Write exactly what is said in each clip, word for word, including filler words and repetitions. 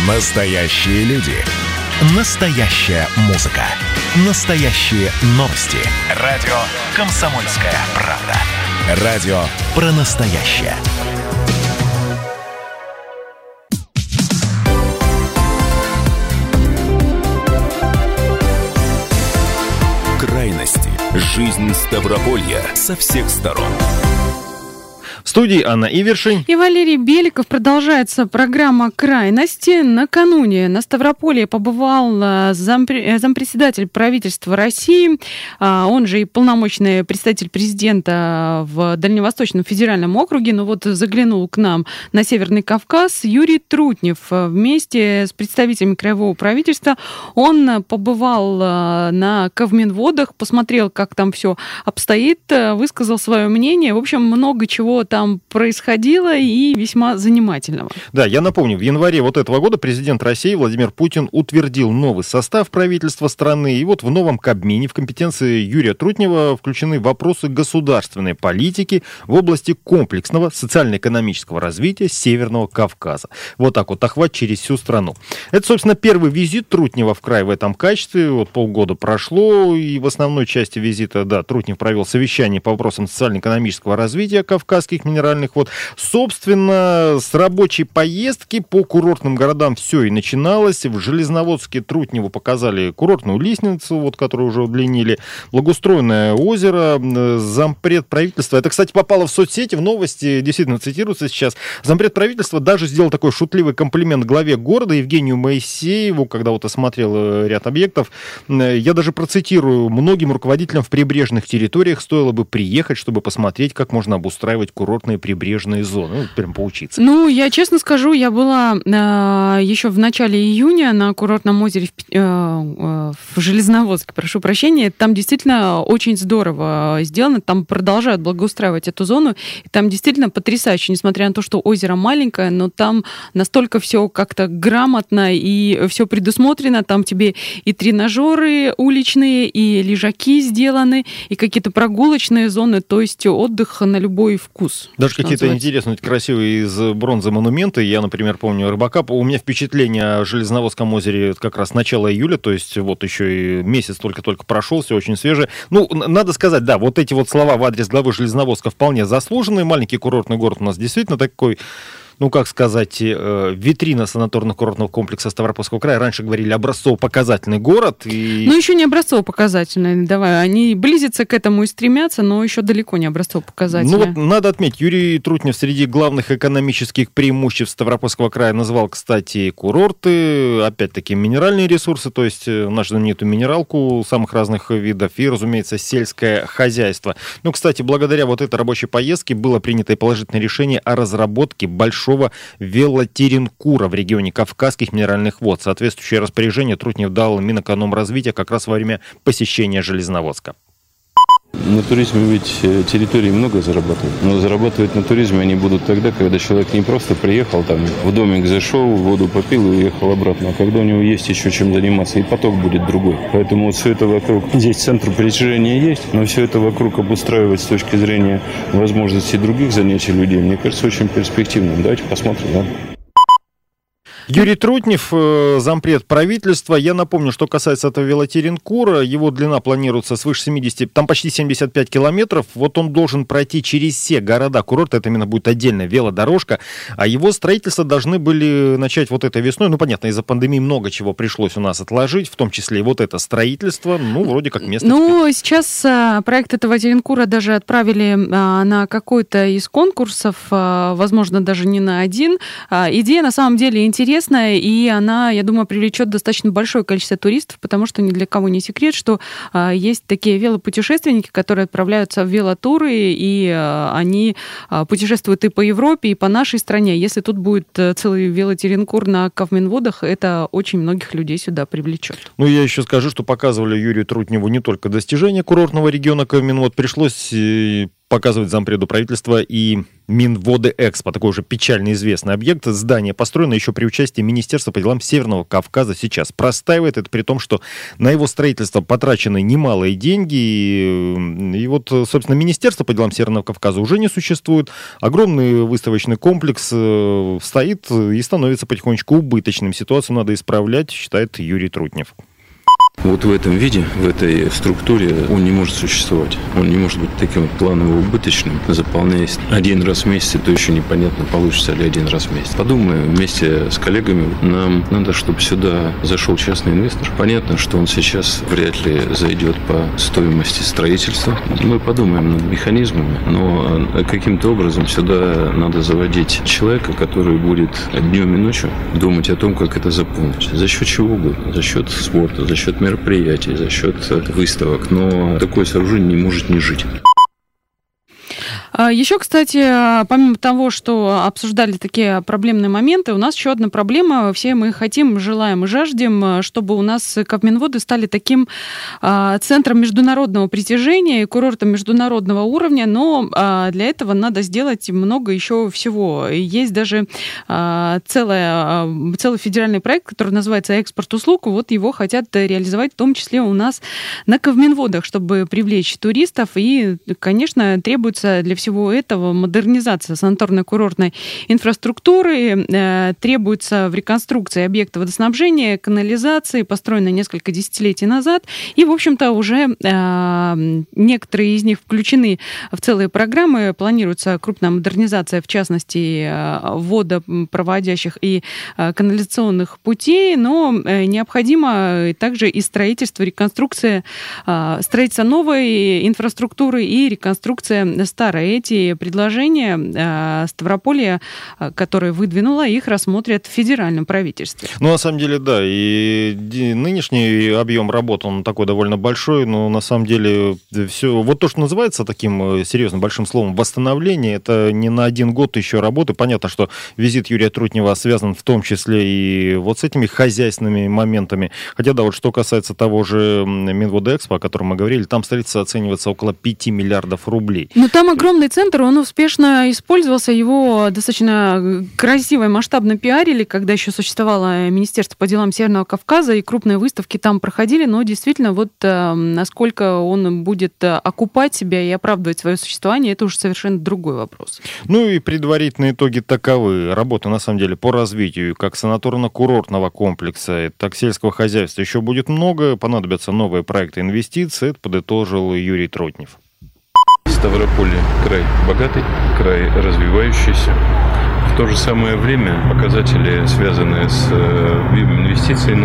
Настоящие люди. Настоящая музыка. Настоящие новости. Радио «Комсомольская правда». Радио про настоящее. Крайности. Жизнь Ставрополья со всех сторон. В студии Анна Ивершин и Валерий Беликов. Продолжается программа «Крайности». Накануне на Ставрополье побывал зампре- зампредседатель правительства России, он же и полномочный представитель президента в Дальневосточном федеральном округе, но вот заглянул к нам на Северный Кавказ Юрий Трутнев. Вместе с представителями краевого правительства он побывал на Кавминводах, посмотрел, как там все обстоит, высказал свое мнение. В общем, много чего там происходило и весьма занимательного. Да, я напомню, в январе вот этого года президент России Владимир Путин утвердил новый состав правительства страны. И вот в новом Кабмине в компетенции Юрия Трутнева включены вопросы государственной политики в области комплексного социально-экономического развития Северного Кавказа. Вот так вот, охват через всю страну. Это, собственно, первый визит Трутнева в край в этом качестве. Вот полгода прошло, и в основной части визита, да, Трутнев провел совещание по вопросам социально-экономического развития кавказских минеральных вод. Собственно, с рабочей поездки по курортным городам все и начиналось. В Железноводске Трутневу показали курортную лестницу, вот, которую уже удлинили, благоустроенное озеро, зампред правительства. Это, кстати, попало в соцсети, в новости, действительно цитируется сейчас. Зампред правительства даже сделал такой шутливый комплимент главе города Евгению Моисееву, когда вот осмотрел ряд объектов. Я даже процитирую: многим руководителям в прибрежных территориях стоило бы приехать, чтобы посмотреть, как можно обустраивать курортные прибрежные зоны. Ну, прям поучиться. Ну, я честно скажу, я была э, еще в начале июня на курортном озере в, э, э, в Железноводске, прошу прощения. Там действительно очень здорово сделано. Там продолжают благоустраивать эту зону. И там действительно потрясающе, несмотря на то, что озеро маленькое, но там настолько все как-то грамотно и все предусмотрено. Там тебе и тренажеры уличные, и лежаки сделаны, и какие-то прогулочные зоны, то есть отдых на любой вкус. Даже какие-то называется. Интересные, красивые из бронзы монументы. Я, например, помню рыбака. У меня впечатление о Железноводском озере как раз начало июля, то есть вот еще и месяц только-только прошел, все очень свежее. Ну, надо сказать, да, вот эти вот слова в адрес главы Железноводска вполне заслуженные. Маленький курортный город у нас действительно такой, ну, как сказать, витрина санаторно-курортного комплекса Ставропольского края. Раньше говорили образцово-показательный город. И... Ну, еще не образцово-показательный, давай. Они близятся к этому и стремятся, но еще далеко не образцово-показательный. Ну, вот надо отметить, Юрий Трутнев среди главных экономических преимуществ Ставропольского края назвал, кстати, курорты, опять-таки, минеральные ресурсы, то есть нашу знаменитую минералку самых разных видов и, разумеется, сельское хозяйство. Ну, кстати, благодаря вот этой рабочей поездке было принято и положительное решение о разработке большого велотеринкура в регионе Кавказских минеральных вод. Соответствующее распоряжение Трутнев дал Минэкономразвития как раз во время посещения Железноводска. На туризме ведь территории много зарабатывают, но зарабатывать на туризме они будут тогда, когда человек не просто приехал, там, в домик зашел, воду попил и уехал обратно, а когда у него есть еще чем заниматься, и поток будет другой. Поэтому вот все это вокруг, здесь центр притяжения есть, но все это вокруг обустраивать с точки зрения возможностей других занятий людей, мне кажется, очень перспективным. Давайте посмотрим, да? Юрий Трутнев, зампред правительства. Я напомню, что касается этого велотеринкура, его длина планируется свыше семидесяти, там почти семьдесят пять километров. Вот он должен пройти через все города курорта, это именно будет отдельная велодорожка, а его строительство должны были начать вот этой весной. Ну, понятно, из-за пандемии много чего пришлось у нас отложить, в том числе и вот это строительство, ну, вроде как место. Ну, сейчас а, проект этого теринкура даже отправили а, на какой-то из конкурсов, а, возможно, даже не на один. А, идея на самом деле интересная. И она, я думаю, привлечет достаточно большое количество туристов, потому что ни для кого не секрет, что а, есть такие велопутешественники, которые отправляются в велотуры, и а, они а, путешествуют и по Европе, и по нашей стране. Если тут будет целый велотеринкур на Кавминводах, это очень многих людей сюда привлечет. Ну, я еще скажу, что показывали Юрию Трутневу не только достижения курортного региона Кавминвод, пришлось показывать зампреду правительства и Минводэкспо, такой уже печально известный объект. Здание построено еще при участии Министерства по делам Северного Кавказа. Сейчас простаивает. Это при том, что на его строительство потрачены немалые деньги. И, и вот, собственно, Министерство по делам Северного Кавказа уже не существует. Огромный выставочный комплекс э, стоит и становится потихонечку убыточным. Ситуацию надо исправлять, считает Юрий Трутнев. Вот в этом виде, в этой структуре он не может существовать. Он не может быть таким планово-убыточным. Заполняясь один раз в месяц, то еще непонятно, получится ли один раз в месяц. Подумаем вместе с коллегами. Нам надо, чтобы сюда зашел частный инвестор. Понятно, что он сейчас вряд ли зайдет по стоимости строительства. Мы подумаем над механизмами, но каким-то образом сюда надо заводить человека, который будет днем и ночью думать о том, как это заполнить. За счет чего угодно. За счет спорта, за счет мероприятий, за счет выставок, но такое сооружение не может не жить. Еще, кстати, помимо того, что обсуждали такие проблемные моменты, у нас еще одна проблема. Все мы хотим, желаем и жаждем, чтобы у нас Кавминводы стали таким центром международного притяжения и курортом международного уровня, но для этого надо сделать много еще всего. Есть даже целая, целый федеральный проект, который называется «Экспорт услуг». Вот его хотят реализовать в том числе у нас на Кавминводах, чтобы привлечь туристов. И, конечно, требуется для всего всего этого модернизация санаторно-курортной инфраструктуры, э, требуется в реконструкции объекта водоснабжения, канализации, построенной несколько десятилетий назад. И, в общем-то, уже э, некоторые из них включены в целые программы. Планируется крупная модернизация, в частности, э, водопроводящих и э, канализационных путей, но э, необходимо также и строительство, реконструкция, э, строительство новой инфраструктуры и реконструкция старой. Эти предложения э, Ставрополья, э, которые выдвинула, их рассмотрят в федеральном правительстве. Ну, на самом деле, да, и нынешний объем работ, он такой довольно большой, но на самом деле все, вот то, что называется таким серьезным большим словом восстановление, это не на один год еще работы. Понятно, что визит Юрия Трутнева связан в том числе и вот с этими хозяйственными моментами. Хотя, да, вот что касается того же Минводэкспо, о котором мы говорили, там столица оценивается около пяти миллиардов рублей. Но там огромный центр, он успешно использовался, его достаточно красиво и масштабно пиарили, когда еще существовало Министерство по делам Северного Кавказа, и крупные выставки там проходили, но действительно вот э, насколько он будет окупать себя и оправдывать свое существование, это уже совершенно другой вопрос. Ну и предварительные итоги таковы. Работы, на самом деле, по развитию как санаторно-курортного комплекса, так и сельского хозяйства еще будет много, понадобятся новые проекты инвестиций, это подытожил Юрий Трутнев. Ставрополье край богатый, край развивающийся. В то же самое время показатели, связанные с объемом инвестиций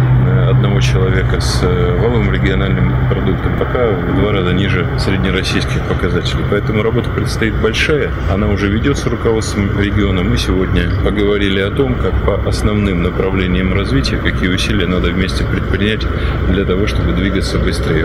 на одного человека, с валовым региональным продуктом, пока в два раза ниже среднероссийских показателей. Поэтому работа предстоит большая. Она уже ведется руководством региона. Мы сегодня поговорили о том, как по основным направлениям развития, какие усилия надо вместе предпринять для того, чтобы двигаться быстрее.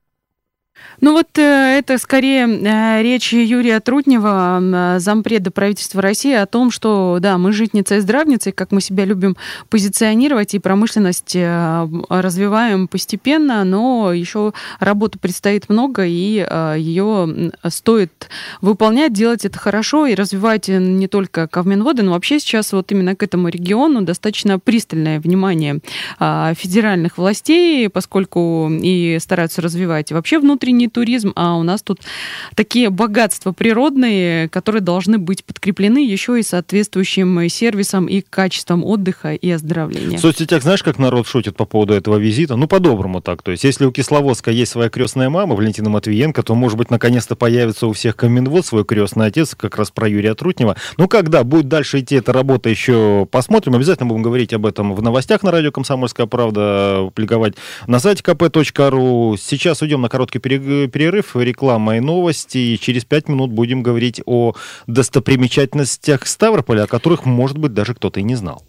Ну вот э, это скорее э, речь Юрия Трутнева, э, зампреда правительства России, о том, что, да, мы житница и здравница, как мы себя любим позиционировать, и промышленность э, развиваем постепенно, но еще работы предстоит много, и э, ее стоит выполнять, делать это хорошо и развивать не только Кавминводы, но вообще сейчас вот именно к этому региону достаточно пристальное внимание э, федеральных властей, поскольку и стараются развивать вообще внутренний туризм, а у нас тут такие богатства природные, которые должны быть подкреплены еще и соответствующим сервисом и качеством отдыха и оздоровления. В соцсетях знаешь, как народ шутит по поводу этого визита? Ну, по-доброму так. То есть, если у Кисловодска есть своя крестная мама, Валентина Матвиенко, то, может быть, наконец-то появится у всех Кавминвод свой крестный отец, как раз про Юрия Трутнева. Ну, когда будет дальше идти эта работа, еще посмотрим. Обязательно будем говорить об этом в новостях на радио «Комсомольская правда», публиковать на сайте ка пэ точка ру. Сейчас уйдем на короткий перерыв. перерыв, реклама и новости, и через пять минут будем говорить о достопримечательностях Ставрополя, о которых, может быть, даже кто-то и не знал.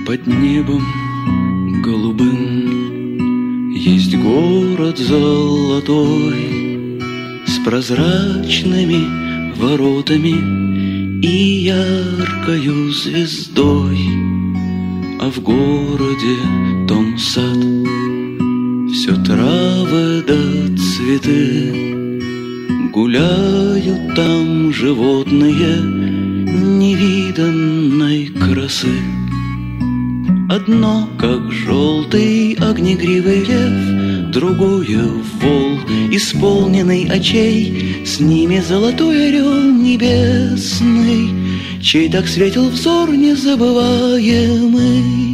Под небом голубым есть город золотой с прозрачными воротами и яркою звездой, а в городе том сад, все травы да цветы, гуляют там животные невиданной красы. Одно, как желтый огнегривый лев, другое вол, исполненный очей, с ними золотой орел небесный, чей так светил взор незабываемый.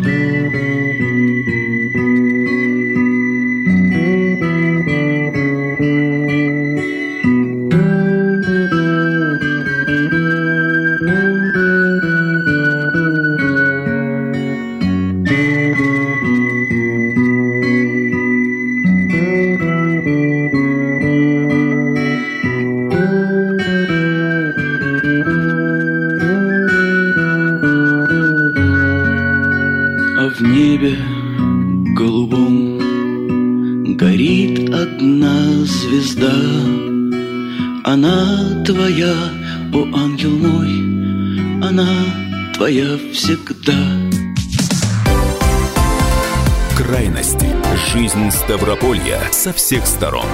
Она твоя, о ангел мой, она твоя всегда. Крайности. Жизнь Ставрополья со всех сторон.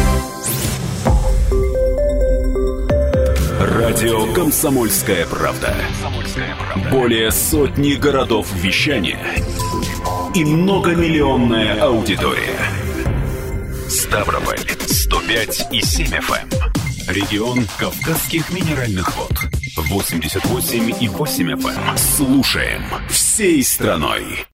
Радио «Комсомольская правда». Более сотни городов вещания и многомиллионная аудитория. Ставрополь сто пять и семь эф эм. Регион Кавказских минеральных вод. восемьдесят восемь и восемь эф эм. Слушаем всей страной.